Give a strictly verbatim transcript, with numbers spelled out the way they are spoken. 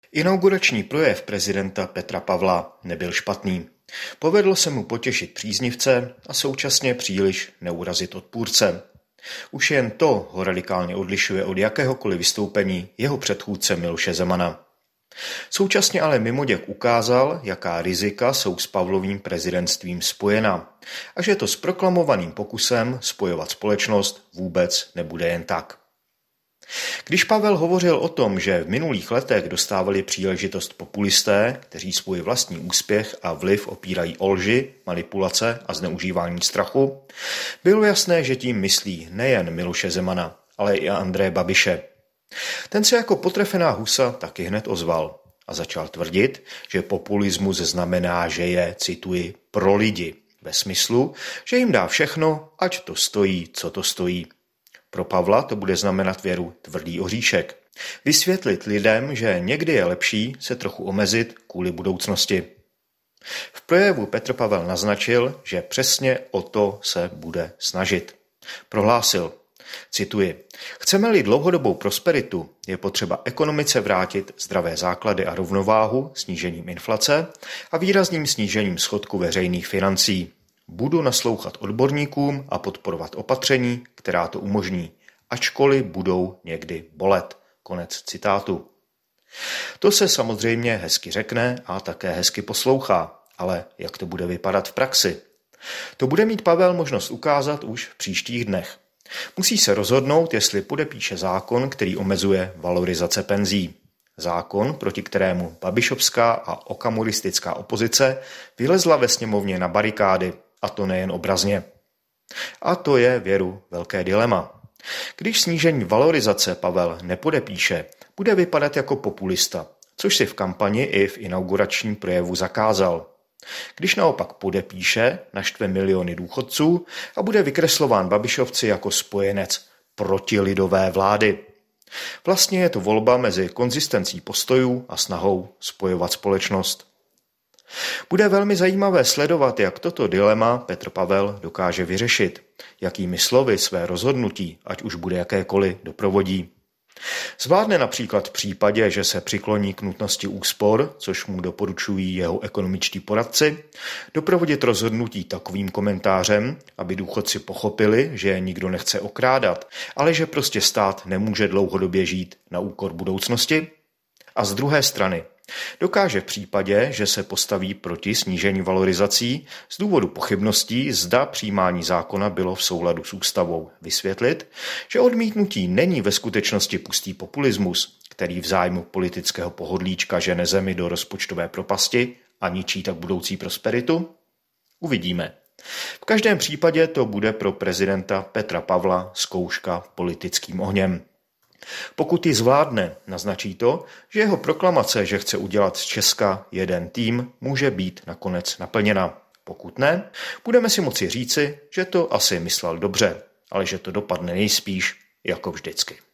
Inaugurační projev prezidenta Petra Pavla nebyl špatný. Povedlo se mu potěšit příznivce a současně příliš neurazit odpůrce. Už jen to ho radikálně odlišuje od jakéhokoliv vystoupení jeho předchůdce Miloše Zemana. Současně ale mimoděk ukázal, jaká rizika jsou s Pavlovým prezidentstvím spojena a že to s proklamovaným pokusem spojovat společnost vůbec nebude jen tak. Když Pavel hovořil o tom, že v minulých letech dostávali příležitost populisté, kteří svůj vlastní úspěch a vliv opírají o lži, manipulace a zneužívání strachu, bylo jasné, že tím myslí nejen Miloše Zemana, ale i Andreje Babiše. Ten se jako potrefená husa taky hned ozval a začal tvrdit, že populismus znamená, že je, cituji, pro lidi, ve smyslu, že jim dá všechno, ať to stojí, co to stojí. Pro Pavla to bude znamenat věru tvrdý oříšek. Vysvětlit lidem, že někdy je lepší se trochu omezit kvůli budoucnosti. V projevu Petr Pavel naznačil, že přesně o to se bude snažit. Prohlásil, cituji, chceme-li dlouhodobou prosperitu, je potřeba ekonomice vrátit zdravé základy a rovnováhu snížením inflace a výrazným snížením schodku veřejných financí. Budu naslouchat odborníkům a podporovat opatření, která to umožní, ačkoliv budou někdy bolet. Konec citátu. To se samozřejmě hezky řekne a také hezky poslouchá, ale jak to bude vypadat v praxi? To bude mít Pavel možnost ukázat už v příštích dnech. Musí se rozhodnout, jestli podepíše zákon, který omezuje valorizace penzí. Zákon, proti kterému babišovská a okamuristická opozice vylezla ve sněmovně na barikády, a to nejen obrazně. A to je věru velké dilema. Když snížení valorizace Pavel nepodepíše, bude vypadat jako populista, což si v kampani i v inauguračním projevu zakázal. Když naopak podepíše, naštve miliony důchodců a bude vykreslován Babišovci jako spojenec protilidové vlády. Vlastně je to volba mezi konzistencí postojů a snahou spojovat společnost. Bude velmi zajímavé sledovat, jak toto dilema Petr Pavel dokáže vyřešit, jakými slovy své rozhodnutí, ať už bude jakékoliv, doprovodí. Zvládne například v případě, že se přikloní k nutnosti úspor, což mu doporučují jeho ekonomičtí poradci, doprovodit rozhodnutí takovým komentářem, aby důchodci pochopili, že je nikdo nechce okrádat, ale že prostě stát nemůže dlouhodobě žít na úkor budoucnosti. A z druhé strany dokáže v případě, že se postaví proti snížení valorizací z důvodu pochybností, zda přijímání zákona bylo v souladu s ústavou, vysvětlit, že odmítnutí není ve skutečnosti pustý populismus, který v zájmu politického pohodlíčka žene zemi do rozpočtové propasti a ničí tak budoucí prosperitu? Uvidíme. V každém případě to bude pro prezidenta Petra Pavla zkouška politickým ohněm. Pokud ji zvládne, naznačí to, že jeho proklamace, že chce udělat z Česka jeden tým, může být nakonec naplněna. Pokud ne, budeme si moci říci, že to asi myslel dobře, ale že to dopadne nejspíš jako vždycky.